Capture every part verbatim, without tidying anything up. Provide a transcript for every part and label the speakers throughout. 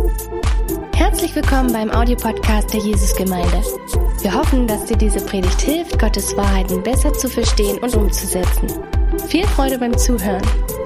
Speaker 1: Herzlich willkommen beim Audiopodcast der Jesusgemeinde. Wir hoffen, dass dir diese Predigt hilft, Gottes Wahrheiten besser zu verstehen und umzusetzen. Viel Freude beim Zuhören.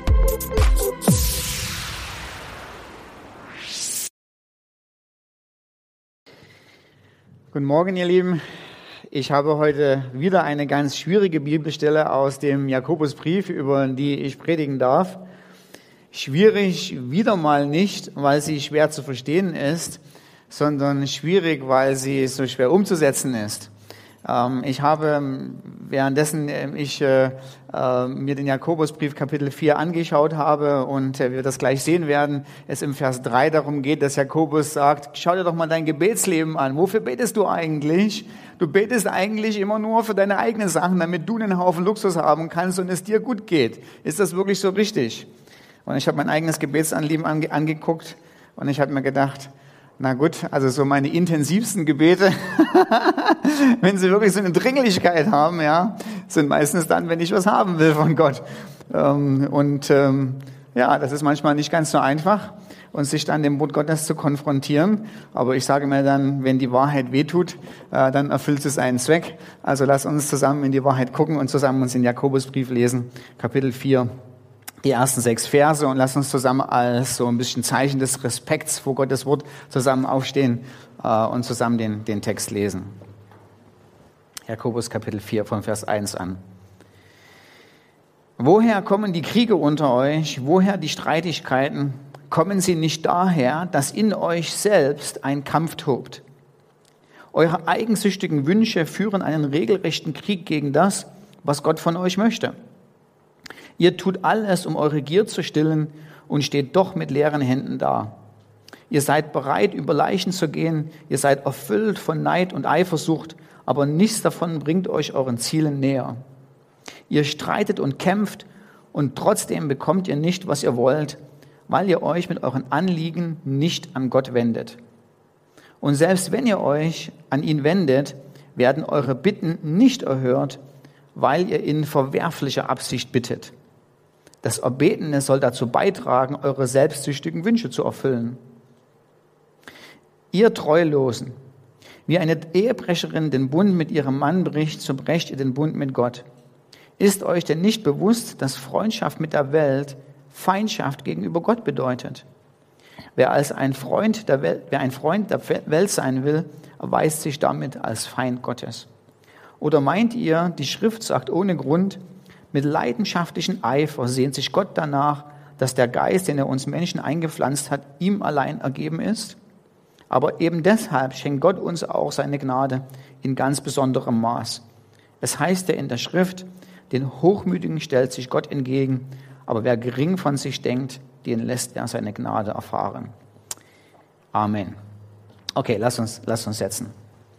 Speaker 2: Guten Morgen, ihr Lieben. Ich habe heute wieder eine ganz schwierige Bibelstelle aus dem Jakobusbrief, über die ich predigen darf. Schwierig wieder mal nicht, weil sie schwer zu verstehen ist, sondern schwierig, weil sie so schwer umzusetzen ist. Ähm, ich habe, währenddessen ich äh, äh, mir den Jakobusbrief Kapitel vier angeschaut habe und äh, wir das gleich sehen werden, es im Vers drei darum geht, dass Jakobus sagt, schau dir doch mal dein Gebetsleben an. Wofür betest du eigentlich? Du betest eigentlich immer nur für deine eigenen Sachen, damit du einen Haufen Luxus haben kannst und es dir gut geht. Ist das wirklich so richtig? Und ich habe mein eigenes Gebetsanliegen ange- angeguckt und ich habe mir gedacht, na gut, also so meine intensivsten Gebete, wenn sie wirklich so eine Dringlichkeit haben, ja, sind meistens dann, wenn ich was haben will von Gott. Und ja, das ist manchmal nicht ganz so einfach, und sich dann dem Wort Gottes zu konfrontieren. Aber ich sage mir dann, wenn die Wahrheit wehtut, dann erfüllt es einen Zweck. Also lass uns zusammen in die Wahrheit gucken und zusammen uns den Jakobusbrief lesen, Kapitel vier. Die ersten sechs Verse, und lass uns zusammen als so ein bisschen Zeichen des Respekts vor Gottes Wort zusammen aufstehen äh, und zusammen den, den Text lesen. Jakobus Kapitel vier von Vers eins an. Woher kommen die Kriege unter euch? Woher die Streitigkeiten? Kommen sie nicht daher, dass in euch selbst ein Kampf tobt? Eure eigensüchtigen Wünsche führen einen regelrechten Krieg gegen das, was Gott von euch möchte. Ihr tut alles, um eure Gier zu stillen, und steht doch mit leeren Händen da. Ihr seid bereit, über Leichen zu gehen, ihr seid erfüllt von Neid und Eifersucht, aber nichts davon bringt euch euren Zielen näher. Ihr streitet und kämpft, und trotzdem bekommt ihr nicht, was ihr wollt, weil ihr euch mit euren Anliegen nicht an Gott wendet. Und selbst wenn ihr euch an ihn wendet, werden eure Bitten nicht erhört, weil ihr in verwerflicher Absicht bittet. Das Erbetene soll dazu beitragen, eure selbstsüchtigen Wünsche zu erfüllen. Ihr Treulosen, wie eine Ehebrecherin den Bund mit ihrem Mann bricht, so brecht ihr den Bund mit Gott. Ist euch denn nicht bewusst, dass Freundschaft mit der Welt Feindschaft gegenüber Gott bedeutet? Wer als ein Freund der Welt, wer ein Freund der Welt sein will, erweist sich damit als Feind Gottes. Oder meint ihr, die Schrift sagt ohne Grund, mit leidenschaftlichem Eifer sehnt sich Gott danach, dass der Geist, den er uns Menschen eingepflanzt hat, ihm allein ergeben ist? Aber eben deshalb schenkt Gott uns auch seine Gnade in ganz besonderem Maß. Es heißt ja in der Schrift, den Hochmütigen stellt sich Gott entgegen, aber wer gering von sich denkt, den lässt er seine Gnade erfahren. Amen. Okay, lass uns, lass uns setzen.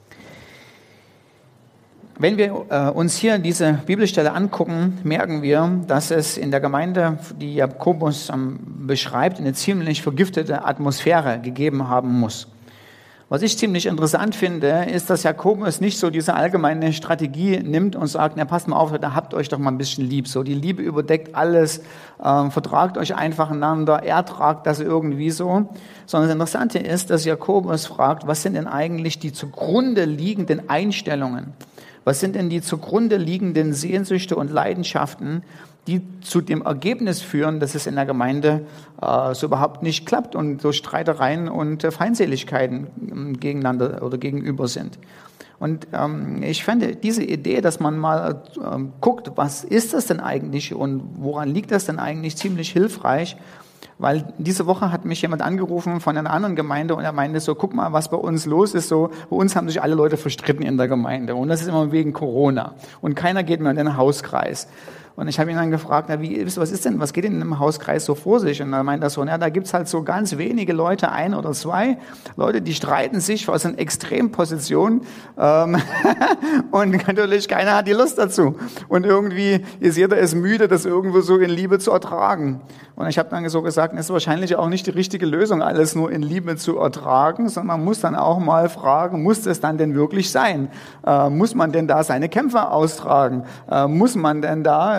Speaker 2: Wenn wir äh, uns hier diese Bibelstelle angucken, merken wir, dass es in der Gemeinde, die Jakobus ähm, beschreibt, eine ziemlich vergiftete Atmosphäre gegeben haben muss. Was ich ziemlich interessant finde, ist, dass Jakobus nicht so diese allgemeine Strategie nimmt und sagt, na passt mal auf, da habt euch doch mal ein bisschen lieb. So, die Liebe überdeckt alles, äh, vertragt euch einfach einander, ertragt das irgendwie so. Sondern das Interessante ist, dass Jakobus fragt, was sind denn eigentlich die zugrunde liegenden Einstellungen? Was sind denn die zugrunde liegenden Sehnsüchte und Leidenschaften, die zu dem Ergebnis führen, dass es in der Gemeinde äh, so überhaupt nicht klappt und so Streitereien und äh, Feindseligkeiten äh, gegeneinander oder gegenüber sind? Und ähm, ich fand diese Idee, dass man mal äh, guckt, was ist das denn eigentlich und woran liegt das denn eigentlich, ziemlich hilfreich. Weil diese Woche hat mich jemand angerufen von einer anderen Gemeinde und er meinte so, guck mal, was bei uns los ist. So, bei uns haben sich alle Leute verstritten in der Gemeinde und das ist immer wegen Corona und keiner geht mehr in den Hauskreis. Und ich habe ihn dann gefragt, na, wie, was ist denn, was geht denn im Hauskreis so vor sich? Und er meint er so, na, da gibt's halt so ganz wenige Leute, ein oder zwei Leute, die streiten sich aus einer Extremposition ähm, und natürlich keiner hat die Lust dazu. Und irgendwie ist jeder ist müde, das irgendwo so in Liebe zu ertragen. Und ich habe dann so gesagt, es ist wahrscheinlich auch nicht die richtige Lösung, alles nur in Liebe zu ertragen, sondern man muss dann auch mal fragen, muss es dann denn wirklich sein? Äh, muss man denn da seine Kämpfe austragen? Äh, muss man denn da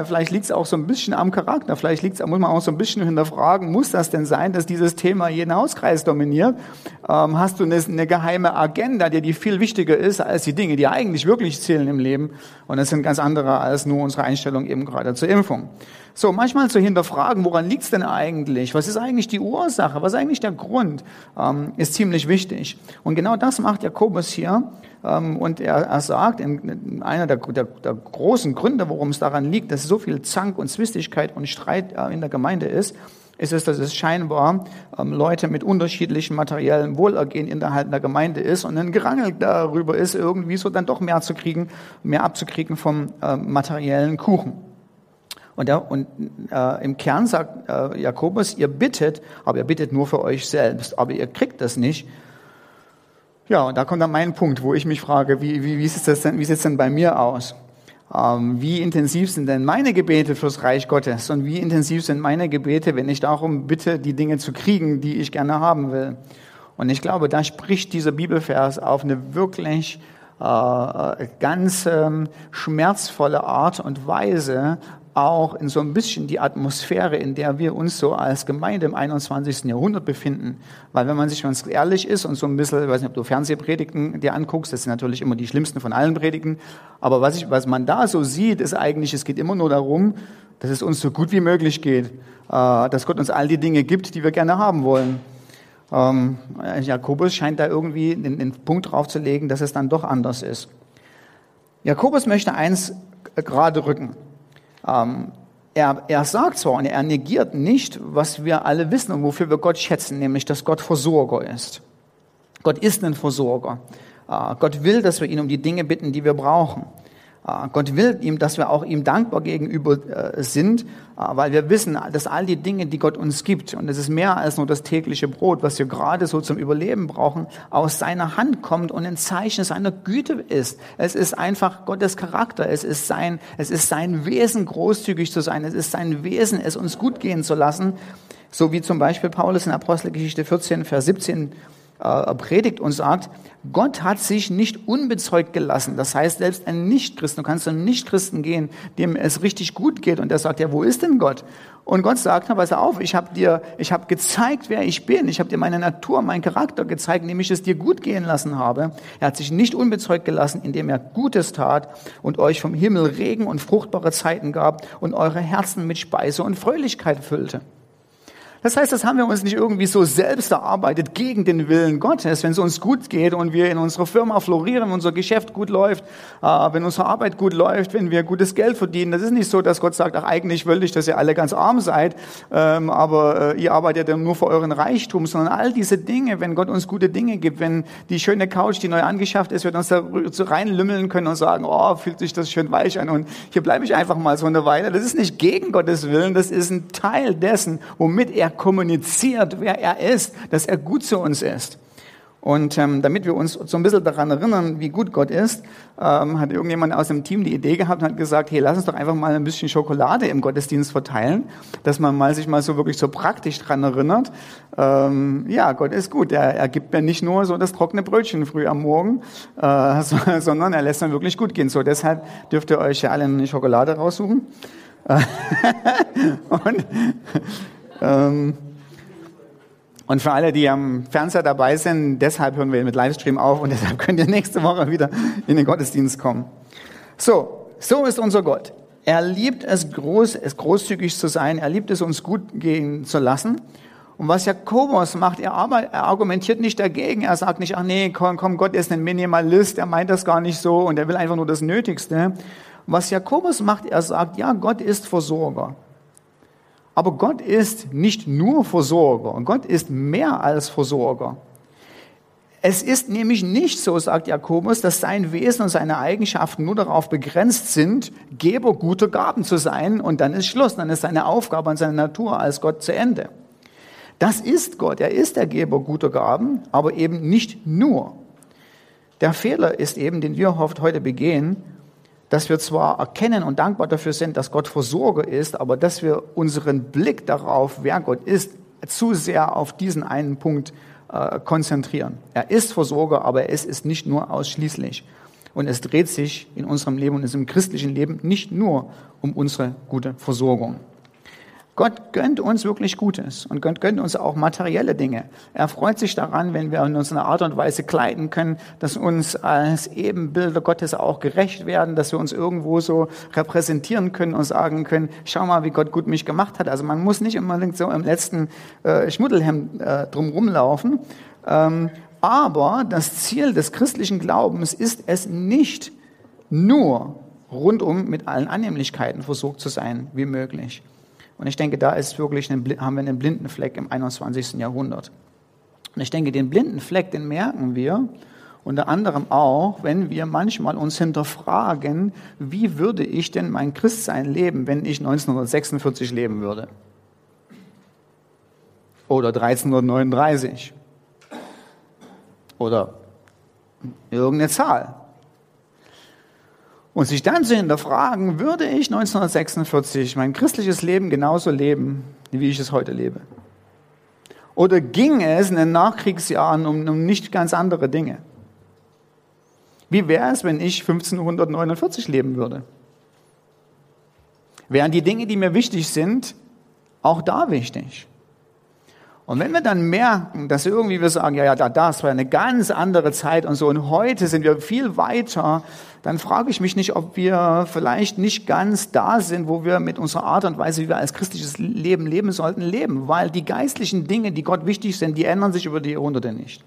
Speaker 2: vielleicht liegt es auch so ein bisschen am Charakter, vielleicht liegt's, muss man auch so ein bisschen hinterfragen, muss das denn sein, dass dieses Thema jeden Hauskreis dominiert? Ähm, hast du eine, eine geheime Agenda, die dir viel wichtiger ist als die Dinge, die eigentlich wirklich zählen im Leben? Und das sind ganz andere als nur unsere Einstellung eben gerade zur Impfung. So, manchmal zu hinterfragen, woran liegt's denn eigentlich? Was ist eigentlich die Ursache? Was ist eigentlich der Grund? Ähm, ist ziemlich wichtig. Und genau das macht Jakobus hier. Ähm, und er, er sagt, in, in einer der, der, der großen Gründe, worum es daran liegt, dass so viel Zank und Zwistigkeit und Streit äh, in der Gemeinde ist, ist es, dass es scheinbar ähm, Leute mit unterschiedlichem materiellem Wohlergehen innerhalb der Gemeinde ist und ein Gerangel darüber ist, irgendwie so dann doch mehr zu kriegen, mehr abzukriegen vom ähm, materiellen Kuchen. Und, der, und äh, im Kern sagt äh, Jakobus, ihr bittet, aber ihr bittet nur für euch selbst, aber ihr kriegt das nicht. Ja, und da kommt dann mein Punkt, wo ich mich frage, wie, wie, wie sieht das denn, wie sieht es denn bei mir aus? Ähm, wie intensiv sind denn meine Gebete fürs Reich Gottes? Und wie intensiv sind meine Gebete, wenn ich darum bitte, die Dinge zu kriegen, die ich gerne haben will? Und ich glaube, da spricht dieser Bibelvers auf eine wirklich äh, ganz ähm, schmerzvolle Art und Weise auch in so ein bisschen die Atmosphäre, in der wir uns so als Gemeinde im einundzwanzigsten Jahrhundert befinden. Weil wenn man sich ganz ehrlich ist und so ein bisschen, ich weiß nicht, ob du Fernsehpredigten dir anguckst, das sind natürlich immer die schlimmsten von allen Predigten, aber was, ich, was man da so sieht, ist eigentlich, es geht immer nur darum, dass es uns so gut wie möglich geht, dass Gott uns all die Dinge gibt, die wir gerne haben wollen. Ähm, Jakobus scheint da irgendwie den, den Punkt drauf zu legen, dass es dann doch anders ist. Jakobus möchte eins gerade rücken. Ähm, er, er sagt zwar und er negiert nicht, was wir alle wissen und wofür wir Gott schätzen, nämlich, dass Gott Versorger ist. Gott ist ein Versorger. Äh, Gott will, dass wir ihn um die Dinge bitten, die wir brauchen. Äh, Gott will ihm, dass wir auch ihm dankbar gegenüber äh, sind, äh, weil wir wissen, dass all die Dinge, die Gott uns gibt, und es ist mehr als nur das tägliche Brot, was wir gerade so zum Überleben brauchen, aus seiner Hand kommt und ein Zeichen seiner Güte ist. Es ist einfach Gottes Charakter, es ist sein, es ist sein Wesen, großzügig zu sein, es ist sein Wesen, es uns gut gehen zu lassen, so wie zum Beispiel Paulus in Apostelgeschichte vierzehn, Vers siebzehn äh, predigt und sagt, Gott hat sich nicht unbezeugt gelassen. Das heißt, selbst ein Nichtchristen, du kannst zu einem Nichtchristen gehen, dem es richtig gut geht und der sagt, ja, wo ist denn Gott? Und Gott sagt, na, pass auf, ich habe dir, ich habe gezeigt, wer ich bin. Ich habe dir meine Natur, meinen Charakter gezeigt, indem ich es dir gut gehen lassen habe. Er hat sich nicht unbezeugt gelassen, indem er Gutes tat und euch vom Himmel Regen und fruchtbare Zeiten gab und eure Herzen mit Speise und Fröhlichkeit füllte. Das heißt, das haben wir uns nicht irgendwie so selbst erarbeitet gegen den Willen Gottes, wenn es uns gut geht und wir in unserer Firma florieren, unser Geschäft gut läuft, äh, wenn unsere Arbeit gut läuft, wenn wir gutes Geld verdienen. Das ist nicht so, dass Gott sagt, ach, eigentlich wollte ich, dass ihr alle ganz arm seid, ähm, aber äh, ihr arbeitet ja nur für euren Reichtum, sondern all diese Dinge, wenn Gott uns gute Dinge gibt, wenn die schöne Couch, die neu angeschafft ist, wir uns da so reinlümmeln können und sagen, oh, fühlt sich das schön weich an und hier bleibe ich einfach mal so eine Weile. Das ist nicht gegen Gottes Willen, das ist ein Teil dessen, womit er kommuniziert, wer er ist, dass er gut zu uns ist. Und ähm, damit wir uns so ein bisschen daran erinnern, wie gut Gott ist, ähm, hat irgendjemand aus dem Team die Idee gehabt und hat gesagt, hey, lass uns doch einfach mal ein bisschen Schokolade im Gottesdienst verteilen, dass man mal sich mal so wirklich so praktisch dran erinnert. Ähm, ja, Gott ist gut. Er, er gibt mir nicht nur so das trockene Brötchen früh am Morgen, äh, so, sondern er lässt mir wirklich gut gehen. So, deshalb dürft ihr euch ja alle eine Schokolade raussuchen. und ähm, Und für alle, die am Fernseher dabei sind, deshalb hören wir mit Livestream auf und deshalb könnt ihr nächste Woche wieder in den Gottesdienst kommen. So, so ist unser Gott. Er liebt es, groß, es großzügig zu sein. Er liebt es, uns gut gehen zu lassen. Und was Jakobus macht, er, arbeit, er argumentiert nicht dagegen. Er sagt nicht, ach nee, komm, komm, Gott ist ein Minimalist. Er meint das gar nicht so und er will einfach nur das Nötigste. Was Jakobus macht, er sagt, ja, Gott ist Versorger. Aber Gott ist nicht nur Versorger, Gott ist mehr als Versorger. Es ist nämlich nicht so, sagt Jakobus, dass sein Wesen und seine Eigenschaften nur darauf begrenzt sind, Geber guter Gaben zu sein und dann ist Schluss, dann ist seine Aufgabe und seine Natur als Gott zu Ende. Das ist Gott, er ist der Geber guter Gaben, aber eben nicht nur. Der Fehler ist eben, den wir oft heute begehen, dass wir zwar erkennen und dankbar dafür sind, dass Gott Versorger ist, aber dass wir unseren Blick darauf, wer Gott ist, zu sehr auf diesen einen Punkt äh, konzentrieren. Er ist Versorger, aber es ist nicht nur ausschließlich. Und es dreht sich in unserem Leben und in unserem christlichen Leben nicht nur um unsere gute Versorgung. Gott gönnt uns wirklich Gutes und Gott gönnt uns auch materielle Dinge. Er freut sich daran, wenn wir in unserer Art und Weise kleiden können, dass uns als Ebenbilder Gottes auch gerecht werden, dass wir uns irgendwo so repräsentieren können und sagen können, schau mal, wie Gott gut mich gemacht hat. Also man muss nicht unbedingt so im letzten äh, Schmuddelhemd äh, drum rumlaufen. Ähm, aber das Ziel des christlichen Glaubens ist es nicht nur rundum mit allen Annehmlichkeiten versorgt zu sein wie möglich. Und ich denke, da ist wirklich ein, haben wir einen blinden Fleck im einundzwanzigsten Jahrhundert. Und ich denke, den blinden Fleck, den merken wir unter anderem auch, wenn wir manchmal uns hinterfragen, wie würde ich denn mein Christsein leben, wenn ich neunzehnhundertsechsundvierzig leben würde? Oder dreizehnhundertneununddreißig? Oder irgendeine Zahl. Und sich dann zu hinterfragen, würde ich neunzehnhundertsechsundvierzig mein christliches Leben genauso leben, wie ich es heute lebe? Oder ging es in den Nachkriegsjahren um, um nicht ganz andere Dinge? Wie wäre es, wenn ich fünfzehnhundertneunundvierzig leben würde? Wären die Dinge, die mir wichtig sind, auch da wichtig? Und wenn wir dann merken, dass irgendwie wir sagen, ja, ja, das war eine ganz andere Zeit und so, und heute sind wir viel weiter, dann frage ich mich nicht, ob wir vielleicht nicht ganz da sind, wo wir mit unserer Art und Weise, wie wir als christliches Leben leben sollten, leben. Weil die geistlichen Dinge, die Gott wichtig sind, die ändern sich über die Jahrhunderte nicht.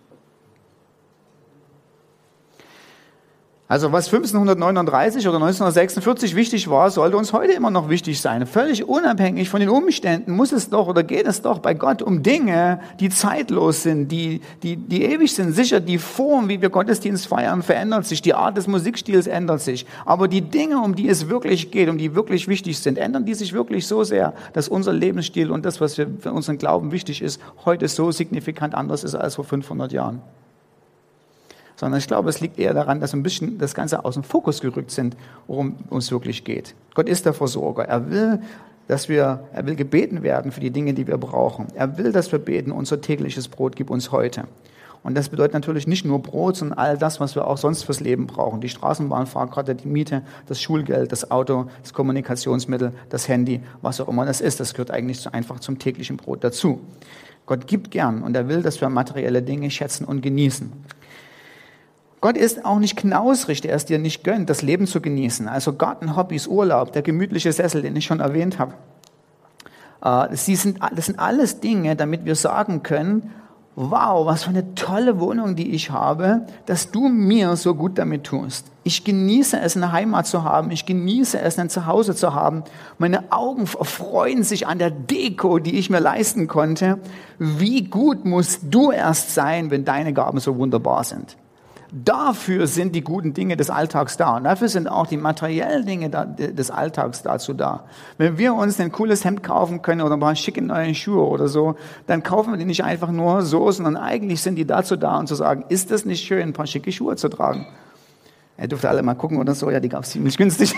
Speaker 2: Also was fünfzehnhundertneununddreißig oder neunzehnhundertsechsundvierzig wichtig war, sollte uns heute immer noch wichtig sein. Völlig unabhängig von den Umständen muss es doch oder geht es doch bei Gott um Dinge, die zeitlos sind, die, die, die ewig sind. Sicher, die Form, wie wir Gottesdienst feiern, verändert sich, die Art des Musikstils ändert sich. Aber die Dinge, um die es wirklich geht, um die wirklich wichtig sind, ändern die sich wirklich so sehr, dass unser Lebensstil und das, was für unseren Glauben wichtig ist, heute so signifikant anders ist als vor fünfhundert Jahren. Sondern ich glaube, es liegt eher daran, dass ein bisschen das Ganze aus dem Fokus gerückt sind, worum es wirklich geht. Gott ist der Versorger. Er will, dass wir, er will gebeten werden für die Dinge, die wir brauchen. Er will, dass wir beten, unser tägliches Brot gib uns heute. Und das bedeutet natürlich nicht nur Brot, sondern all das, was wir auch sonst fürs Leben brauchen. Die Straßenbahnfahrkarte, die Miete, das Schulgeld, das Auto, das Kommunikationsmittel, das Handy, was auch immer das ist. Das gehört eigentlich einfach zum täglichen Brot dazu. Gott gibt gern und er will, dass wir materielle Dinge schätzen und genießen. Gott ist auch nicht knausrig, der es dir nicht gönnt, das Leben zu genießen. Also Garten, Hobbys, Urlaub, der gemütliche Sessel, den ich schon erwähnt habe. Sie sind, das sind alles Dinge, damit wir sagen können, wow, was für eine tolle Wohnung, die ich habe, dass du mir so gut damit tust. Ich genieße es, eine Heimat zu haben. Ich genieße es, ein Zuhause zu haben. Meine Augen erfreuen sich an der Deko, die ich mir leisten konnte. Wie gut musst du erst sein, wenn deine Gaben so wunderbar sind? Dafür sind die guten Dinge des Alltags da. Und dafür sind auch die materiellen Dinge des Alltags dazu da. Wenn wir uns ein cooles Hemd kaufen können oder ein paar schicke neue Schuhe oder so, dann kaufen wir die nicht einfach nur so, sondern eigentlich sind die dazu da, um zu sagen, ist das nicht schön, ein paar schicke Schuhe zu tragen? Ihr dürft alle mal gucken oder so, ja, die gab es ziemlich günstig.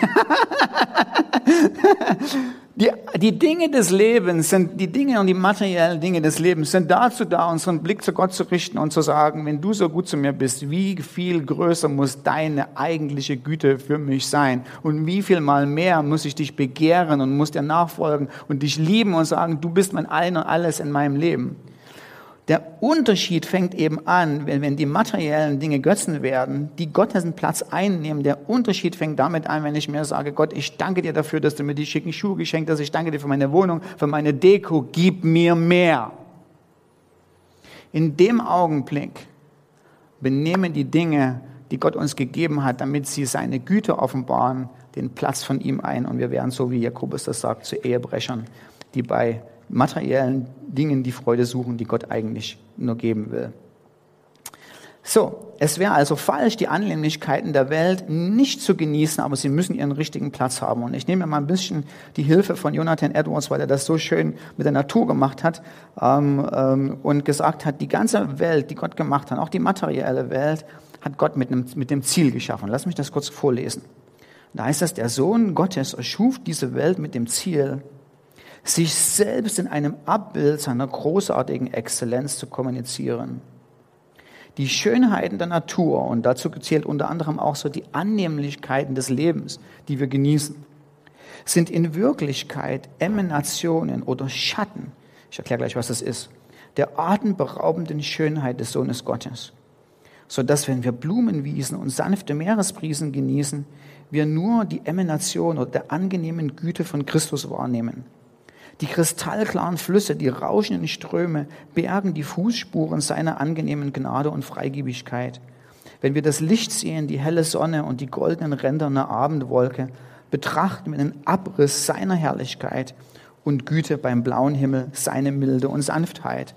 Speaker 2: Die, die Dinge des Lebens sind, die Dinge und die materiellen Dinge des Lebens sind dazu da, unseren Blick zu Gott zu richten und zu sagen, wenn du so gut zu mir bist, wie viel größer muss deine eigentliche Güte für mich sein? Und wie viel mal mehr muss ich dich begehren und muss dir nachfolgen und dich lieben und sagen, du bist mein Ein und Alles in meinem Leben? Der Unterschied fängt eben an, wenn, wenn die materiellen Dinge Götzen werden, die Gottes Platz einnehmen. Der Unterschied fängt damit an, wenn ich mir sage, Gott, ich danke dir dafür, dass du mir die schicken Schuhe geschenkt hast. Ich danke dir für meine Wohnung, für meine Deko. Gib mir mehr. In dem Augenblick benehmen die Dinge, die Gott uns gegeben hat, damit sie seine Güte offenbaren, den Platz von ihm ein. Und wir werden, so wie Jakobus das sagt, zu Ehebrechern, die bei materiellen Dingen die Freude suchen, die Gott eigentlich nur geben will. So, es wäre also falsch, die Annehmlichkeiten der Welt nicht zu genießen, aber sie müssen ihren richtigen Platz haben. Und ich nehme mal ein bisschen die Hilfe von Jonathan Edwards, weil er das so schön mit der Natur gemacht hat ähm, ähm, und gesagt hat, die ganze Welt, die Gott gemacht hat, auch die materielle Welt, hat Gott mit, einem, mit dem Ziel geschaffen. Lass mich das kurz vorlesen. Da heißt es, der Sohn Gottes erschuf diese Welt mit dem Ziel, sich selbst in einem Abbild seiner großartigen Exzellenz zu kommunizieren. Die Schönheiten der Natur, und dazu zählt unter anderem auch so die Annehmlichkeiten des Lebens, die wir genießen, sind in Wirklichkeit Emanationen oder Schatten, ich erkläre gleich, was das ist, der atemberaubenden Schönheit des Sohnes Gottes. Sodass, wenn wir Blumenwiesen und sanfte Meeresbrisen genießen, wir nur die Emanation oder der angenehmen Güte von Christus wahrnehmen. Die kristallklaren Flüsse, die rauschenden Ströme bergen die Fußspuren seiner angenehmen Gnade und Freigebigkeit. Wenn wir das Licht sehen, die helle Sonne und die goldenen Ränder einer Abendwolke, betrachten wir den Abriss seiner Herrlichkeit und Güte beim blauen Himmel, seine Milde und Sanftheit.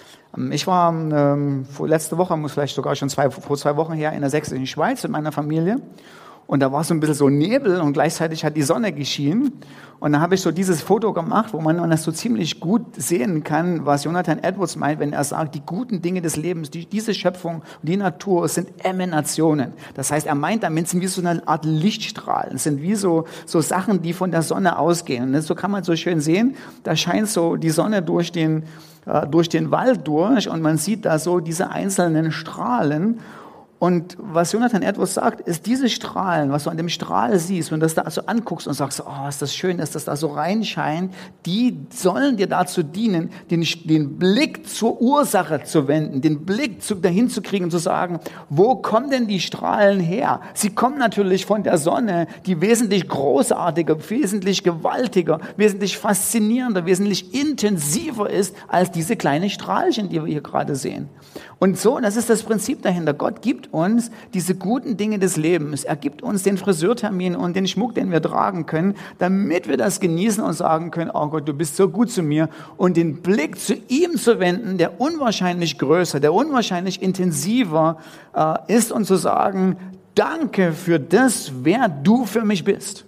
Speaker 2: Ich war ähm, vor letzte Woche, muss vielleicht sogar schon zwei, vor zwei Wochen her, in der sächsischen Schweiz mit meiner Familie. Und da war so ein bisschen so Nebel und gleichzeitig hat die Sonne geschienen. Und da habe ich so dieses Foto gemacht, wo man das so ziemlich gut sehen kann, was Jonathan Edwards meint, wenn er sagt, die guten Dinge des Lebens, die, diese Schöpfung und die Natur sind Emanationen. Das heißt, er meint damit, sind wie so eine Art Lichtstrahlen, es sind wie so, so Sachen, die von der Sonne ausgehen. Und so kann man so schön sehen, da scheint so die Sonne durch den, äh, durch den Wald durch und man sieht da so diese einzelnen Strahlen. Und was Jonathan Edwards sagt, ist diese Strahlen, was du an dem Strahl siehst, wenn du das da so anguckst und sagst, oh, ist das schön, dass das da so reinscheint, die sollen dir dazu dienen, den, den Blick zur Ursache zu wenden, den Blick zu, dahin zu kriegen und zu sagen, wo kommen denn die Strahlen her? Sie kommen natürlich von der Sonne, die wesentlich großartiger, wesentlich gewaltiger, wesentlich faszinierender, wesentlich intensiver ist als diese kleinen Strahlchen, die wir hier gerade sehen. Und so, das ist das Prinzip dahinter. Gott gibt uns diese guten Dinge des Lebens. Er gibt uns den Friseurtermin und den Schmuck, den wir tragen können, damit wir das genießen und sagen können, oh Gott, du bist so gut zu mir. Und den Blick zu ihm zu wenden, der unwahrscheinlich größer, der unwahrscheinlich intensiver äh, ist und zu sagen, danke für das, wer du für mich bist.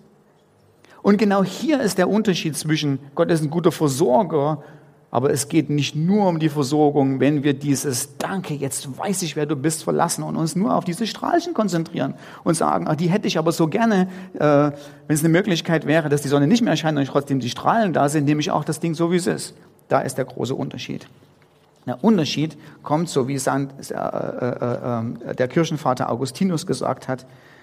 Speaker 2: Und genau hier ist der Unterschied zwischen Gott ist ein guter Versorger, aber es geht nicht nur um die Versorgung, wenn wir dieses Danke, jetzt weiß ich, wer du bist, verlassen und uns nur auf diese Strahlchen konzentrieren und sagen, ach, die hätte ich aber so gerne, äh, wenn es eine Möglichkeit wäre, dass die Sonne nicht mehr erscheint und trotzdem die Strahlen da sind, nehme ich auch das Ding so, wie es ist. Da ist der große Unterschied. Der Unterschied kommt, so wie es äh, äh, äh, der Kirchenvater Augustinus gesagt hat,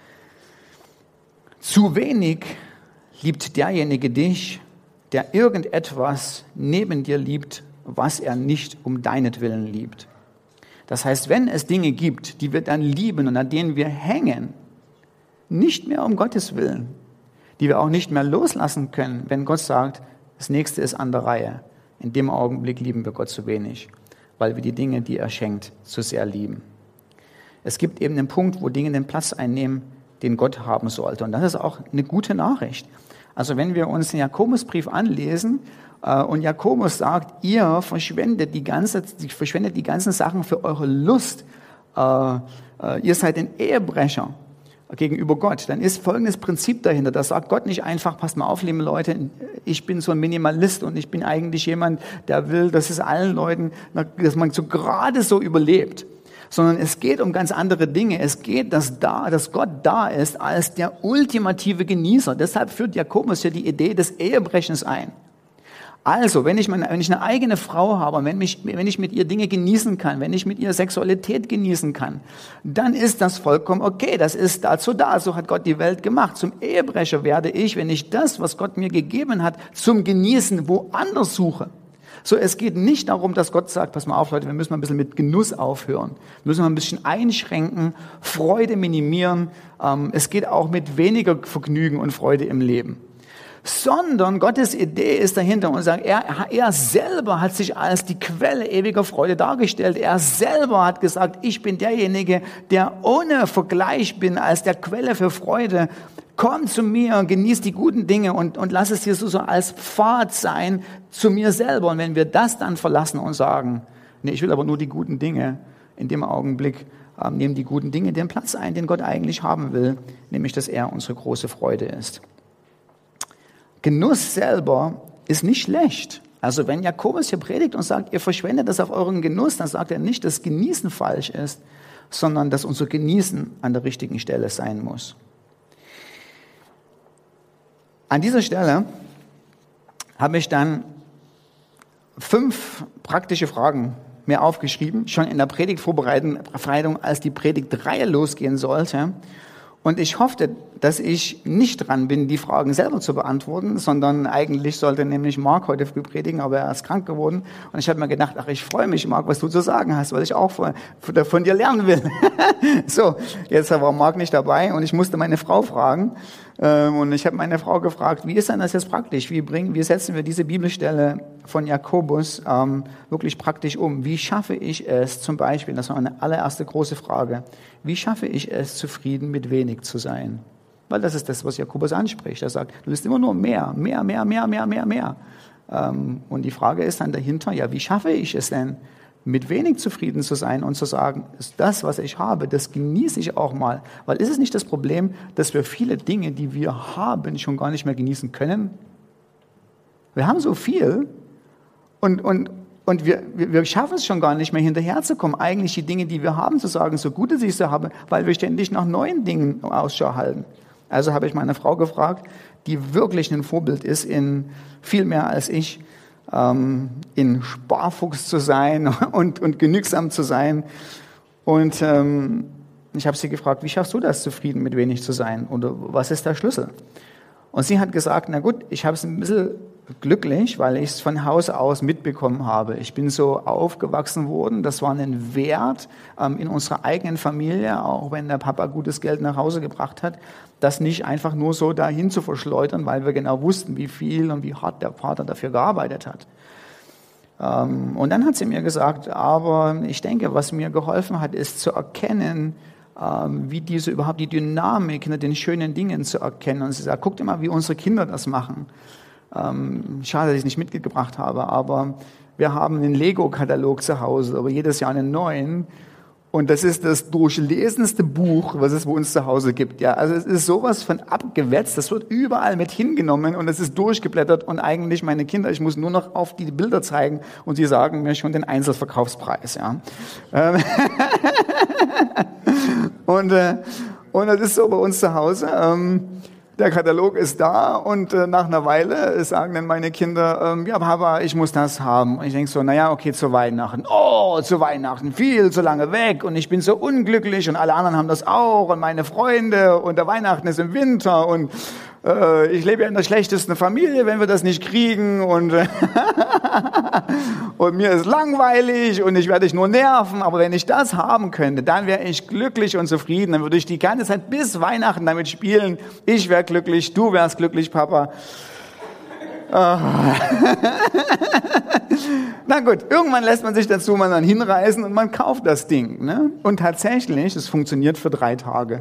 Speaker 2: zu wenig liebt derjenige dich, der irgendetwas neben dir liebt, was er nicht um deinetwillen liebt. Das heißt, wenn es Dinge gibt, die wir dann lieben und an denen wir hängen, nicht mehr um Gottes Willen, die wir auch nicht mehr loslassen können, wenn Gott sagt, das nächste ist an der Reihe. In dem Augenblick lieben wir Gott zu wenig, weil wir die Dinge, die er schenkt, zu sehr lieben. Es gibt eben einen Punkt, wo Dinge den Platz einnehmen, den Gott haben sollte. Und das ist auch eine gute Nachricht. Also wenn wir uns den Jakobusbrief anlesen äh, und Jakobus sagt, ihr verschwendet die, ganze, verschwendet die ganzen Sachen für eure Lust, äh, äh, ihr seid ein Ehebrecher gegenüber Gott, dann ist folgendes Prinzip dahinter. Da sagt Gott nicht einfach, passt mal auf, liebe Leute, ich bin so ein Minimalist und ich bin eigentlich jemand, der will, dass es allen Leuten, dass man so gerade so überlebt. Sondern es geht um ganz andere Dinge. Es geht, dass, da, dass Gott da ist als der ultimative Genießer. Deshalb führt Jakobus hier die Idee des Ehebrechens ein. Also, wenn ich, meine, wenn ich eine eigene Frau habe, wenn, mich, wenn ich mit ihr Dinge genießen kann, wenn ich mit ihr Sexualität genießen kann, dann ist das vollkommen okay. Das ist dazu da. So hat Gott die Welt gemacht. Zum Ehebrecher werde ich, wenn ich das, was Gott mir gegeben hat, zum Genießen woanders suche. So, es geht nicht darum, dass Gott sagt, pass mal auf, Leute, wir müssen mal ein bisschen mit Genuss aufhören. Wir müssen mal ein bisschen einschränken, Freude minimieren. Ähm, es geht auch mit weniger Vergnügen und Freude im Leben. Sondern Gottes Idee ist dahinter und sagt, er, er selber hat sich als die Quelle ewiger Freude dargestellt. Er selber hat gesagt, ich bin derjenige, der ohne Vergleich bin, als der Quelle für Freude. Komm zu mir, genieß die guten Dinge und, und lass es dir so, so als Pfad sein zu mir selber. Und wenn wir das dann verlassen und sagen, nee, ich will aber nur die guten Dinge, in dem Augenblick äh, nehmen die guten Dinge den Platz ein, den Gott eigentlich haben will, nämlich, dass er unsere große Freude ist. Genuss selber ist nicht schlecht. Also wenn Jakobus hier predigt und sagt, ihr verschwendet das auf euren Genuss, dann sagt er nicht, dass Genießen falsch ist, sondern dass unser Genießen an der richtigen Stelle sein muss. An dieser Stelle habe ich dann fünf praktische Fragen mir aufgeschrieben, schon in der Predigtvorbereitung, als die Predigtreihe losgehen sollte. Und ich hoffte, dass ich nicht dran bin, die Fragen selber zu beantworten, sondern eigentlich sollte nämlich Marc heute früh predigen, aber er ist krank geworden. Und ich habe mir gedacht, ach, ich freue mich, Marc, was du zu sagen hast, weil ich auch von, von dir lernen will. So, jetzt war Marc nicht dabei und ich musste meine Frau fragen. Und ich habe meine Frau gefragt, wie ist denn das jetzt praktisch? Wie bringen, wie setzen wir diese Bibelstelle von Jakobus ähm, wirklich praktisch um? Wie schaffe ich es zum Beispiel, das war meine allererste große Frage, wie schaffe ich es, zufrieden mit wenig zu sein? Weil das ist das, was Jakobus anspricht. Er sagt, du willst immer nur mehr, mehr, mehr, mehr, mehr, mehr, mehr. Ähm, und die Frage ist dann dahinter, ja, wie schaffe ich es denn, mit wenig zufrieden zu sein und zu sagen, das, was ich habe, das genieße ich auch mal. Weil ist es nicht das Problem, dass wir viele Dinge, die wir haben, schon gar nicht mehr genießen können? Wir haben so viel und, und, und wir, wir schaffen es schon gar nicht mehr hinterherzukommen, eigentlich die Dinge, die wir haben, zu sagen, so gut, dass ich sie habe, weil wir ständig nach neuen Dingen Ausschau halten. Also habe ich meine Frau gefragt, die wirklich ein Vorbild ist in viel mehr als ich, ähm, in Sparfuchs zu sein und, und genügsam zu sein. Und ähm, ich habe sie gefragt, wie schaffst du das, zufrieden mit wenig zu sein? Oder was ist der Schlüssel? Und sie hat gesagt, na gut, ich habe es ein bisschen glücklich, weil ich es von Haus aus mitbekommen habe. Ich bin so aufgewachsen worden, das war ein Wert ähm, in unserer eigenen Familie, auch wenn der Papa gutes Geld nach Hause gebracht hat, das nicht einfach nur so dahin zu verschleudern, weil wir genau wussten, wie viel und wie hart der Vater dafür gearbeitet hat. Ähm, und dann hat sie mir gesagt, aber ich denke, was mir geholfen hat, ist zu erkennen, ähm, wie diese überhaupt die Dynamik hinter den schönen Dingen zu erkennen. Und sie sagt, guck dir mal, wie unsere Kinder das machen. Ähm, schade, dass ich es nicht mitgebracht habe, aber wir haben einen Lego-Katalog zu Hause, aber jedes Jahr einen neuen. Und das ist das durchlesenste Buch, was es bei uns zu Hause gibt. Ja, also es ist sowas von abgewetzt, das wird überall mit hingenommen und es ist durchgeblättert und eigentlich meine Kinder, ich muss nur noch auf die Bilder zeigen und sie sagen mir schon den Einzelverkaufspreis. Ja. und, äh, und das ist so bei uns zu Hause. Ähm, Der Katalog ist da und äh, nach einer Weile sagen dann meine Kinder, ähm, ja Papa, ich muss das haben. Und ich denke so, naja, okay, zu Weihnachten. Oh, zu Weihnachten, viel zu lange weg und ich bin so unglücklich und alle anderen haben das auch und meine Freunde und der Weihnachten ist im Winter und äh, ich lebe ja in der schlechtesten Familie, wenn wir das nicht kriegen und, äh, und mir ist langweilig und ich werde dich nur nerven, aber wenn ich das haben könnte, dann wäre ich glücklich und zufrieden, dann würde ich die ganze Zeit bis Weihnachten damit spielen. Ich wäre glücklich, du wärst glücklich, Papa. Oh. Na gut, irgendwann lässt man sich dazu mal dann hinreißen und man kauft das Ding. Ne? Und tatsächlich, es funktioniert für drei Tage.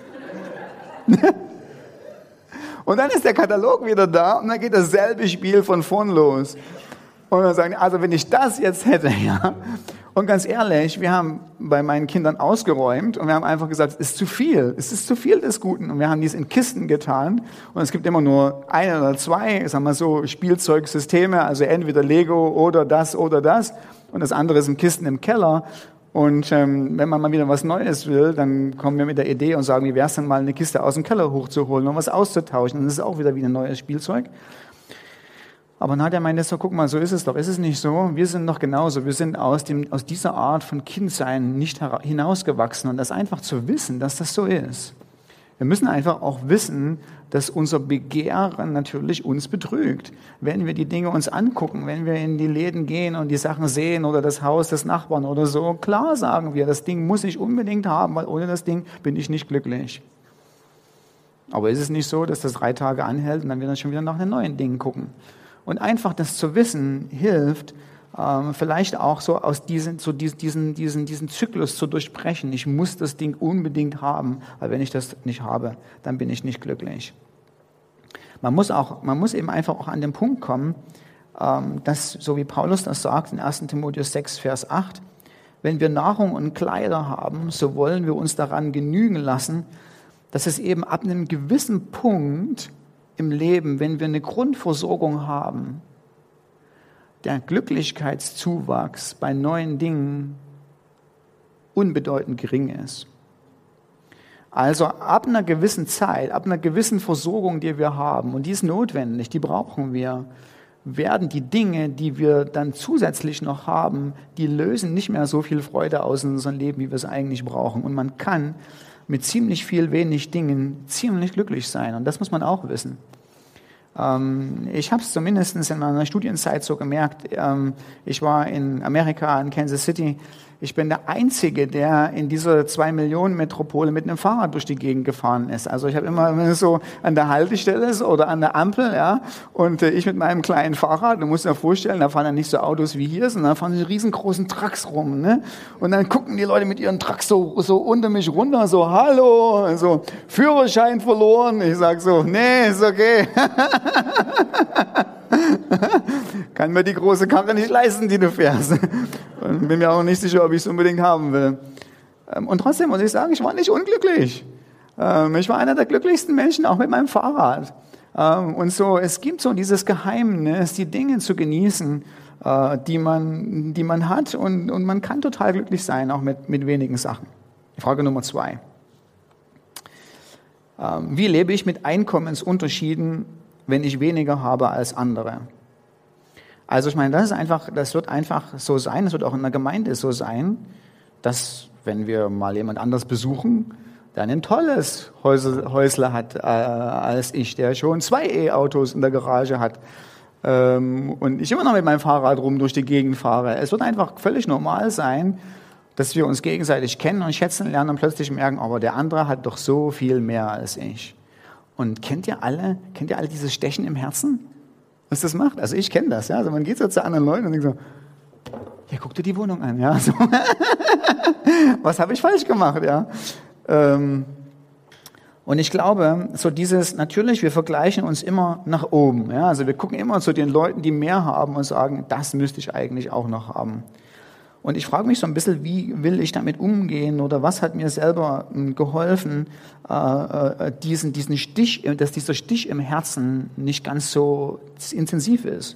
Speaker 2: Und dann ist der Katalog wieder da und dann geht dasselbe Spiel von vorn los. Und dann sagen, also wenn ich das jetzt hätte, ja. Und ganz ehrlich, wir haben bei meinen Kindern ausgeräumt und wir haben einfach gesagt, es ist zu viel, es ist zu viel des Guten. Und wir haben dies in Kisten getan und es gibt immer nur ein oder zwei, sagen wir so, Spielzeugsysteme, also entweder Lego oder das oder das. Und das andere sind Kisten im Keller. Und ähm, wenn man mal wieder was Neues will, dann kommen wir mit der Idee und sagen, wie wäre es denn mal, eine Kiste aus dem Keller hochzuholen und was auszutauschen. Und das ist auch wieder wie ein neues Spielzeug. Aber Nadja meinte so, guck mal, so ist es doch. Ist es nicht so? Wir sind noch genauso. Wir sind aus, dem, aus dieser Art von Kindsein nicht hinausgewachsen. Und das einfach zu wissen, dass das so ist. Wir müssen einfach auch wissen, dass unser Begehren natürlich uns betrügt. Wenn wir die Dinge uns angucken, wenn wir in die Läden gehen und die Sachen sehen oder das Haus des Nachbarn oder so, klar sagen wir, das Ding muss ich unbedingt haben, weil ohne das Ding bin ich nicht glücklich. Aber ist es nicht so, dass das drei Tage anhält und dann wir dann schon wieder nach den neuen Dingen gucken? Und einfach das zu wissen, hilft, ähm, vielleicht auch so aus diesen, so diesen, diesen, diesen Zyklus zu durchbrechen. Ich muss das Ding unbedingt haben, weil wenn ich das nicht habe, dann bin ich nicht glücklich. Man muss auch, man muss eben einfach auch an den Punkt kommen, ähm, dass, so wie Paulus das sagt in erster Timotheus sechs, Vers acht, wenn wir Nahrung und Kleider haben, so wollen wir uns daran genügen lassen, dass es eben ab einem gewissen Punkt im Leben, wenn wir eine Grundversorgung haben, der Glücklichkeitszuwachs bei neuen Dingen unbedeutend gering ist. Also ab einer gewissen Zeit, ab einer gewissen Versorgung, die wir haben, und die ist notwendig, die brauchen wir, werden die Dinge, die wir dann zusätzlich noch haben, die lösen nicht mehr so viel Freude aus in unserem Leben, wie wir es eigentlich brauchen. Und man kann mit ziemlich viel wenig Dingen ziemlich glücklich sein. Und das muss man auch wissen. Ähm, ich habe es zumindest in meiner Studienzeit so gemerkt. Ähm, ich war in Amerika, in Kansas City. Ich bin der Einzige, der in dieser zwei Millionen Metropole mit einem Fahrrad durch die Gegend gefahren ist. Also ich habe immer so an der Haltestelle oder an der Ampel, ja, und äh, ich mit meinem kleinen Fahrrad, du musst dir vorstellen, da fahren ja nicht so Autos wie hier, sondern da fahren die riesengroßen Trucks rum, ne? Und dann gucken die Leute mit ihren Trucks so, so unter mich runter, so, hallo, so, Führerschein verloren. Ich sag so, nee, ist okay. Kann mir die große Karre nicht leisten, die du fährst. Und bin mir auch nicht sicher, ob ich es unbedingt haben will. Und trotzdem muss ich sagen, ich war nicht unglücklich. Ich war einer der glücklichsten Menschen, auch mit meinem Fahrrad. Und so, es gibt so dieses Geheimnis, die Dinge zu genießen, die man, die man hat. Und, und man kann total glücklich sein, auch mit, mit wenigen Sachen. Frage Nummer zwei. Wie lebe ich mit Einkommensunterschieden, wenn ich weniger habe als andere? Also ich meine, das ist einfach, das wird einfach so sein, das wird auch in der Gemeinde so sein, dass wenn wir mal jemand anders besuchen, der ein tolles Häusle hat äh, als ich, der schon zwei E-Autos in der Garage hat ähm, und ich immer noch mit meinem Fahrrad rum durch die Gegend fahre. Es wird einfach völlig normal sein, dass wir uns gegenseitig kennen und schätzen lernen und plötzlich merken, aber der andere hat doch so viel mehr als ich. Und kennt ihr alle, kennt ihr alle dieses Stechen im Herzen? Was das macht? Also ich kenne das, ja. Also man geht so zu anderen Leuten und denkt so, ja, guck dir die Wohnung an, ja. So. Was habe ich falsch gemacht, ja. Ähm, und ich glaube, so dieses, natürlich, wir vergleichen uns immer nach oben, ja. Also wir gucken immer zu den Leuten, die mehr haben und sagen, das müsste ich eigentlich auch noch haben. Und ich frage mich so ein bisschen, wie will ich damit umgehen oder was hat mir selber geholfen, äh, diesen, diesen Stich, dass dieser Stich im Herzen nicht ganz so intensiv ist.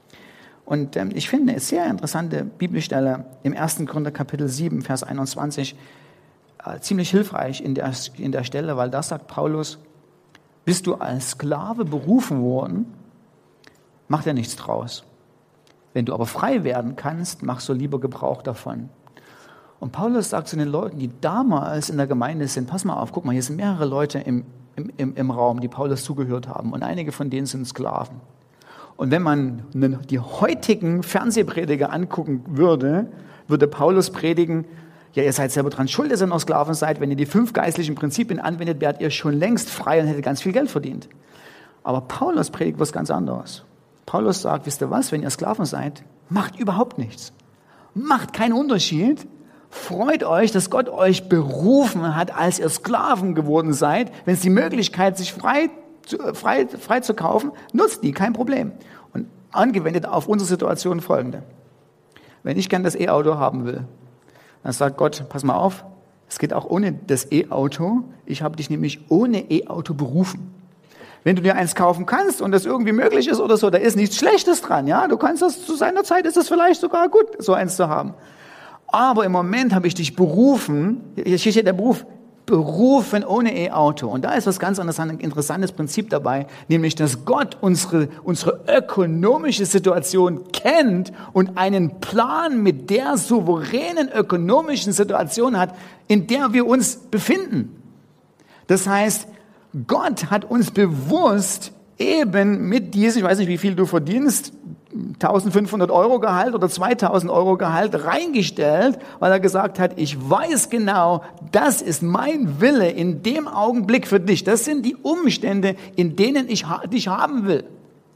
Speaker 2: Und ähm, ich finde eine sehr interessante Bibelstelle im ersten Korinther Kapitel sieben, Vers einundzwanzig, äh, ziemlich hilfreich in der, in der Stelle, weil da sagt Paulus, bist du als Sklave berufen worden, macht er nichts draus. Wenn du aber frei werden kannst, mach so lieber Gebrauch davon. Und Paulus sagt zu den Leuten, die damals in der Gemeinde sind, pass mal auf, guck mal, hier sind mehrere Leute im, im, im Raum, die Paulus zugehört haben. Und einige von denen sind Sklaven. Und wenn man die heutigen Fernsehprediger angucken würde, würde Paulus predigen, ja, ihr seid selber dran schuld, dass ihr noch Sklaven seid. Wenn ihr die fünf geistlichen Prinzipien anwendet, wärt ihr schon längst frei und hättet ganz viel Geld verdient. Aber Paulus predigt was ganz anderes. Paulus sagt, wisst ihr was, wenn ihr Sklaven seid, macht überhaupt nichts. Macht keinen Unterschied. Freut euch, dass Gott euch berufen hat, als ihr Sklaven geworden seid. Wenn es die Möglichkeit, sich frei, frei, frei zu kaufen, nutzt die, kein Problem. Und angewendet auf unsere Situation folgende. Wenn ich gern das E-Auto haben will, dann sagt Gott, pass mal auf, es geht auch ohne das E-Auto. Ich habe dich nämlich ohne E-Auto berufen. Wenn du dir eins kaufen kannst und das irgendwie möglich ist oder so, da ist nichts Schlechtes dran, ja. Du kannst das, zu seiner Zeit ist es vielleicht sogar gut, so eins zu haben. Aber im Moment habe ich dich berufen, hier steht der Beruf, berufen ohne E-Auto. Und da ist was ganz anderes, ein interessantes Prinzip dabei, nämlich, dass Gott unsere, unsere ökonomische Situation kennt und einen Plan mit der souveränen ökonomischen Situation hat, in der wir uns befinden. Das heißt, Gott hat uns bewusst eben mit diesem, ich weiß nicht, wie viel du verdienst, eintausendfünfhundert Euro Gehalt oder zweitausend Euro Gehalt reingestellt, weil er gesagt hat, ich weiß genau, das ist mein Wille in dem Augenblick für dich. Das sind die Umstände, in denen ich dich haben will.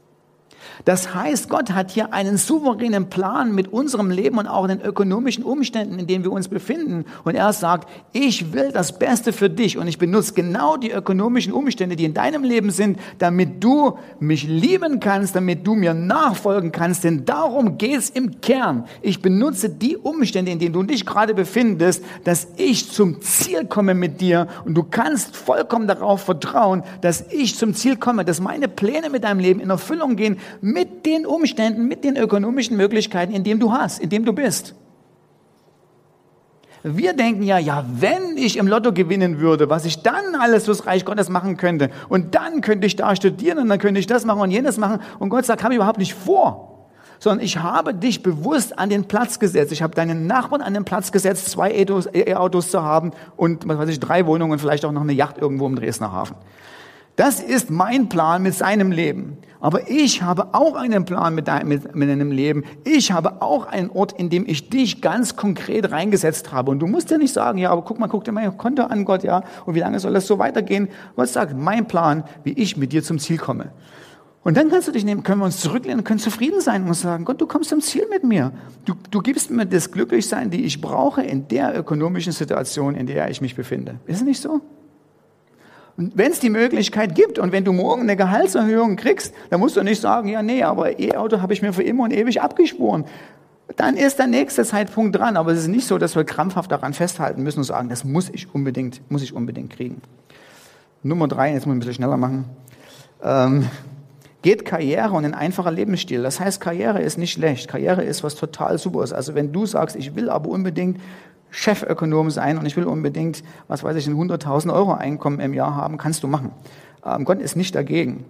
Speaker 2: Das heißt, Gott hat hier einen souveränen Plan mit unserem Leben und auch den ökonomischen Umständen, in denen wir uns befinden. Und er sagt, ich will das Beste für dich und ich benutze genau die ökonomischen Umstände, die in deinem Leben sind, damit du mich lieben kannst, damit du mir nachfolgen kannst. Denn darum geht's im Kern. Ich benutze die Umstände, in denen du dich gerade befindest, dass ich zum Ziel komme mit dir und du kannst vollkommen darauf vertrauen, dass ich zum Ziel komme, dass meine Pläne mit deinem Leben in Erfüllung gehen, mit den Umständen, mit den ökonomischen Möglichkeiten, in denen du hast, in dem du bist. Wir denken ja, ja, wenn ich im Lotto gewinnen würde, was ich dann alles fürs Reich Gottes machen könnte und dann könnte ich da studieren und dann könnte ich das machen und jenes machen und Gott sagt, habe ich überhaupt nicht vor, sondern ich habe dich bewusst an den Platz gesetzt. Ich habe deinen Nachbarn an den Platz gesetzt, zwei E-Autos zu haben und was weiß ich, drei Wohnungen und vielleicht auch noch eine Yacht irgendwo im Dresdner Hafen. Das ist mein Plan mit seinem Leben. Aber ich habe auch einen Plan mit deinem, mit, mit deinem Leben. Ich habe auch einen Ort, in dem ich dich ganz konkret reingesetzt habe. Und du musst ja nicht sagen, ja, aber guck mal, guck dir mein Konto an, Gott, ja. Und wie lange soll das so weitergehen? Gott sagt, mein Plan, wie ich mit dir zum Ziel komme. Und dann kannst du dich nehmen, können wir uns zurücklehnen, können zufrieden sein und sagen, Gott, du kommst zum Ziel mit mir. Du, du gibst mir das Glücklichsein, die ich brauche in der ökonomischen Situation, in der ich mich befinde. Ist es nicht so? Und wenn es die Möglichkeit gibt und wenn du morgen eine Gehaltserhöhung kriegst, dann musst du nicht sagen, ja, nee, aber E-Auto habe ich mir für immer und ewig abgeschworen. Dann ist der nächste Zeitpunkt dran. Aber es ist nicht so, dass wir krampfhaft daran festhalten müssen und sagen, das muss ich unbedingt, muss ich unbedingt kriegen. Nummer drei, jetzt muss ich ein bisschen schneller machen. Ähm, geht Karriere und ein einfacher Lebensstil. Das heißt, Karriere ist nicht schlecht. Karriere ist was total Superes. Also wenn du sagst, ich will aber unbedingt Chefökonom sein und ich will unbedingt, was weiß ich, ein hunderttausend Euro Einkommen im Jahr haben, kannst du machen. Ähm, Gott ist nicht dagegen.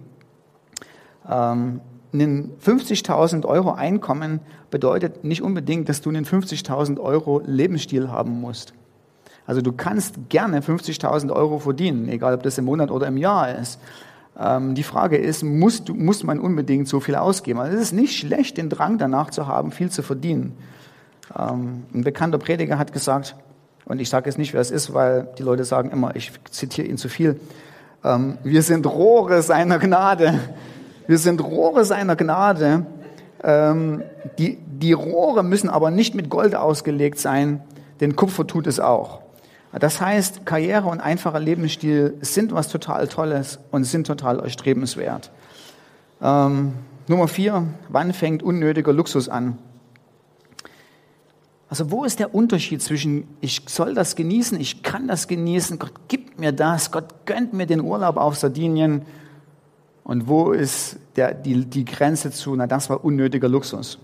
Speaker 2: Ähm, ein fünfzigtausend Euro Einkommen bedeutet nicht unbedingt, dass du einen fünfzigtausend Euro Lebensstil haben musst. Also du kannst gerne fünfzigtausend Euro verdienen, egal ob das im Monat oder im Jahr ist. Ähm, die Frage ist, muss, du, muss man unbedingt so viel ausgeben? Also es ist nicht schlecht, den Drang danach zu haben, viel zu verdienen. Ein bekannter Prediger hat gesagt, und ich sage jetzt nicht, wer es ist, weil die Leute sagen immer, ich zitiere ihn zu viel, wir sind Rohre seiner Gnade. Wir sind Rohre seiner Gnade. Die, die Rohre müssen aber nicht mit Gold ausgelegt sein, denn Kupfer tut es auch. Das heißt, Karriere und einfacher Lebensstil sind was total Tolles und sind total erstrebenswert. Ähm, Nummer vier, wann fängt unnötiger Luxus an? Also wo ist der Unterschied zwischen, ich soll das genießen, ich kann das genießen, Gott gibt mir das, Gott gönnt mir den Urlaub auf Sardinien, und wo ist der, die, die Grenze zu, na das war unnötiger Luxus?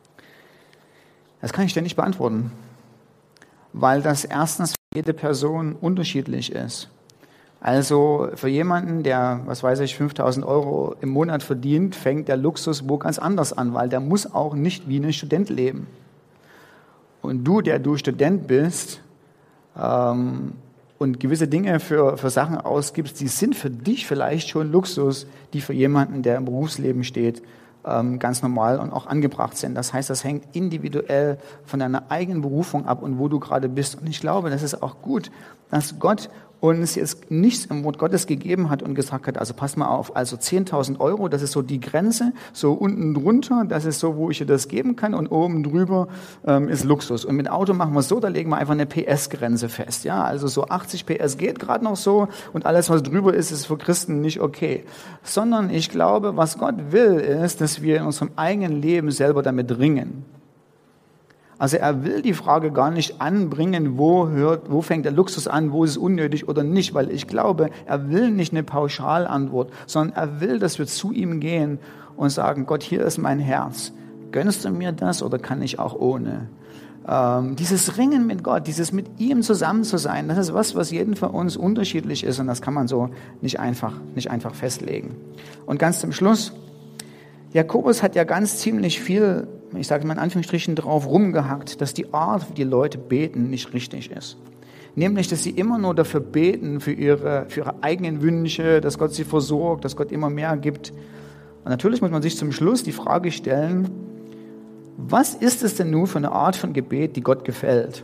Speaker 2: Das kann ich dir nicht beantworten, weil das erstens für jede Person unterschiedlich ist. Also für jemanden, der, was weiß ich, fünftausend Euro im Monat verdient, fängt der Luxus wo ganz anders an, weil der muss auch nicht wie ein Student leben. Und du, der du Student bist ähm, und gewisse Dinge für, für Sachen ausgibst, die sind für dich vielleicht schon Luxus, die für jemanden, der im Berufsleben steht, ähm, ganz normal und auch angebracht sind. Das heißt, das hängt individuell von deiner eigenen Berufung ab und wo du gerade bist. Und ich glaube, das ist auch gut, dass Gott uns jetzt nichts im Wort Gottes gegeben hat und gesagt hat, also pass mal auf, also zehntausend Euro, das ist so die Grenze, so unten drunter, das ist so, wo ich dir das geben kann und oben drüber ähm, ist Luxus. Und mit Auto machen wir es so, da legen wir einfach eine P S-Grenze fest. Ja, also so achtzig P S geht gerade noch so und alles, was drüber ist, ist für Christen nicht okay. Sondern ich glaube, was Gott will, ist, dass wir in unserem eigenen Leben selber damit ringen. Also er will die Frage gar nicht anbringen, wo hört, wo fängt der Luxus an, wo ist es unnötig oder nicht, weil ich glaube, er will nicht eine Pauschalantwort, sondern er will, dass wir zu ihm gehen und sagen, Gott, hier ist mein Herz. Gönnst du mir das oder kann ich auch ohne? Ähm, dieses Ringen mit Gott, dieses mit ihm zusammen zu sein, das ist was, was jeden von uns unterschiedlich ist und das kann man so nicht einfach, nicht einfach festlegen. Und ganz zum Schluss, Jakobus hat ja ganz ziemlich viel, ich sage mal in Anführungsstrichen, drauf rumgehackt, dass die Art, wie die Leute beten, nicht richtig ist. Nämlich, dass sie immer nur dafür beten, für ihre, für ihre eigenen Wünsche, dass Gott sie versorgt, dass Gott immer mehr gibt. Und natürlich muss man sich zum Schluss die Frage stellen, was ist es denn nun für eine Art von Gebet, die Gott gefällt?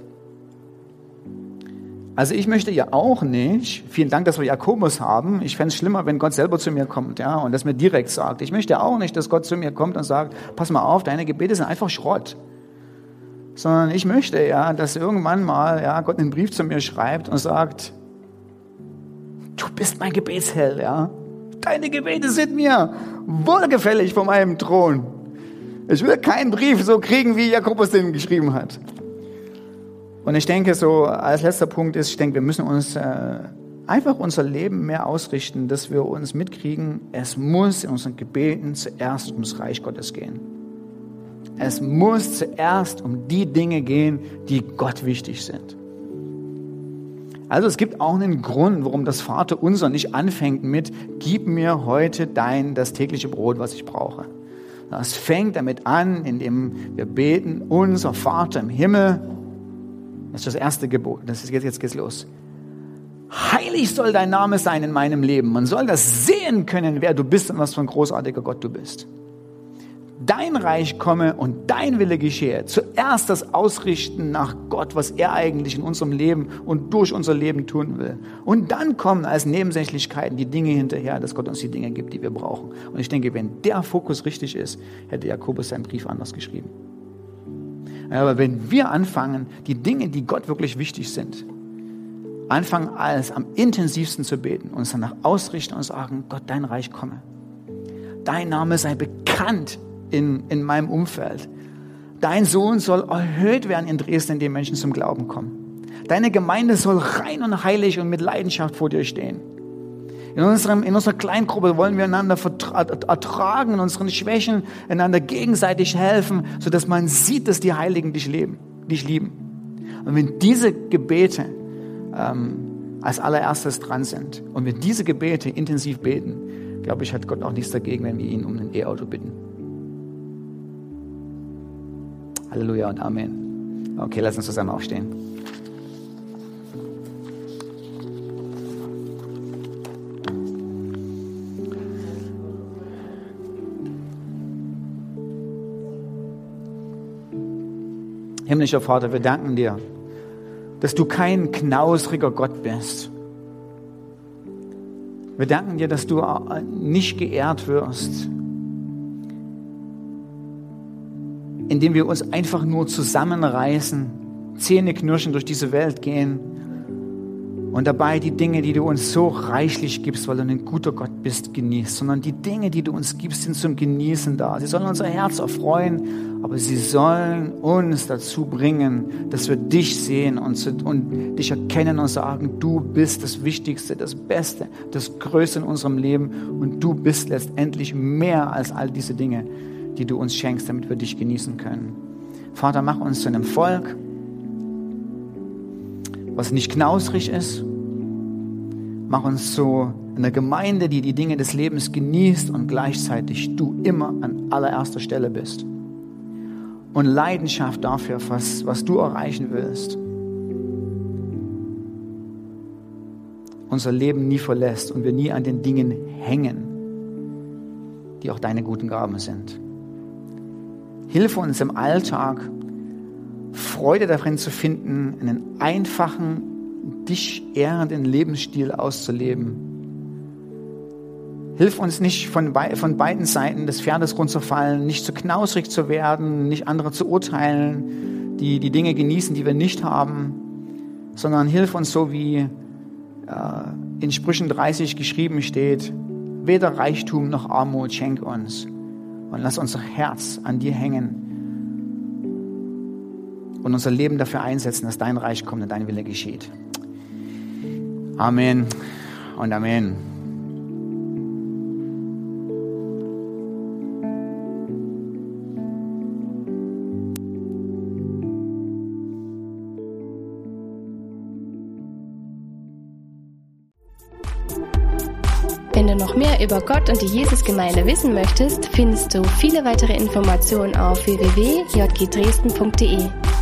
Speaker 2: Also ich möchte ja auch nicht, vielen Dank, dass wir Jakobus haben, ich fände es schlimmer, wenn Gott selber zu mir kommt, ja, und das mir direkt sagt. Ich möchte auch nicht, dass Gott zu mir kommt und sagt, pass mal auf, deine Gebete sind einfach Schrott. Sondern ich möchte ja, dass irgendwann mal ja, Gott einen Brief zu mir schreibt und sagt, du bist mein Gebetsheld, ja. Deine Gebete sind mir wohlgefällig von meinem Thron. Ich will keinen Brief so kriegen, wie Jakobus den geschrieben hat. Und ich denke, so als letzter Punkt ist, ich denke, wir müssen uns äh, einfach unser Leben mehr ausrichten, dass wir uns mitkriegen, es muss in unseren Gebeten zuerst ums Reich Gottes gehen. Es muss zuerst um die Dinge gehen, die Gott wichtig sind. Also es gibt auch einen Grund, warum das Vaterunser nicht anfängt mit, gib mir heute dein, das tägliche Brot, was ich brauche. Das fängt damit an, indem wir beten, unser Vater im Himmel. Das ist das erste Gebot. Das ist jetzt, jetzt geht's los. Heilig soll dein Name sein in meinem Leben. Man soll das sehen können, wer du bist und was für ein großartiger Gott du bist. Dein Reich komme und dein Wille geschehe. Zuerst das Ausrichten nach Gott, was er eigentlich in unserem Leben und durch unser Leben tun will. Und dann kommen als Nebensächlichkeiten die Dinge hinterher, dass Gott uns die Dinge gibt, die wir brauchen. Und ich denke, wenn der Fokus richtig ist, hätte Jakobus seinen Brief anders geschrieben. Aber wenn wir anfangen, die Dinge, die Gott wirklich wichtig sind, anfangen alles am intensivsten zu beten und uns danach ausrichten und sagen, Gott, dein Reich komme. Dein Name sei bekannt in, in meinem Umfeld. Dein Sohn soll erhöht werden in Dresden, indem Menschen zum Glauben kommen. Deine Gemeinde soll rein und heilig und mit Leidenschaft vor dir stehen. In, unserem, in unserer Kleingruppe wollen wir einander ertragen, in unseren Schwächen einander gegenseitig helfen, sodass man sieht, dass die Heiligen dich, leben, dich lieben. Und wenn diese Gebete ähm, als allererstes dran sind und wir diese Gebete intensiv beten, glaube ich, hat Gott auch nichts dagegen, wenn wir ihn um ein E-Auto bitten. Halleluja und Amen. Okay, lass uns zusammen aufstehen. Himmlischer Vater, wir danken dir, dass du kein knausriger Gott bist. Wir danken dir, dass du nicht geehrt wirst, indem wir uns einfach nur zusammenreißen, Zähne knirschen durch diese Welt gehen und dabei die Dinge, die du uns so reichlich gibst, weil du ein guter Gott bist, genießt, sondern die Dinge, die du uns gibst, sind zum Genießen da. Sie sollen unser Herz erfreuen, aber sie sollen uns dazu bringen, dass wir dich sehen und, und dich erkennen und sagen, du bist das Wichtigste, das Beste, das Größte in unserem Leben und du bist letztendlich mehr als all diese Dinge, die du uns schenkst, damit wir dich genießen können. Vater, mach uns zu einem Volk, was nicht knausrig ist. Mach uns zu einer Gemeinde, die die Dinge des Lebens genießt und gleichzeitig du immer an allererster Stelle bist. Und Leidenschaft dafür, was, was du erreichen willst, unser Leben nie verlässt und wir nie an den Dingen hängen, die auch deine guten Gaben sind. Hilf uns im Alltag, Freude darin zu finden, einen einfachen, dich ehrenden Lebensstil auszuleben. Hilf uns nicht von, be- von beiden Seiten des Pferdes runterzufallen, nicht zu knausrig zu werden, nicht andere zu urteilen, die die Dinge genießen, die wir nicht haben, sondern hilf uns so, wie äh, in Sprüchen dreißig geschrieben steht, weder Reichtum noch Armut schenk uns und lass unser Herz an dir hängen und unser Leben dafür einsetzen, dass dein Reich kommt und dein Wille geschieht. Amen und Amen.
Speaker 1: Wenn du noch mehr über Gott und die Jesusgemeinde wissen möchtest, findest du viele weitere Informationen auf w w w punkt j g dresden punkt d e.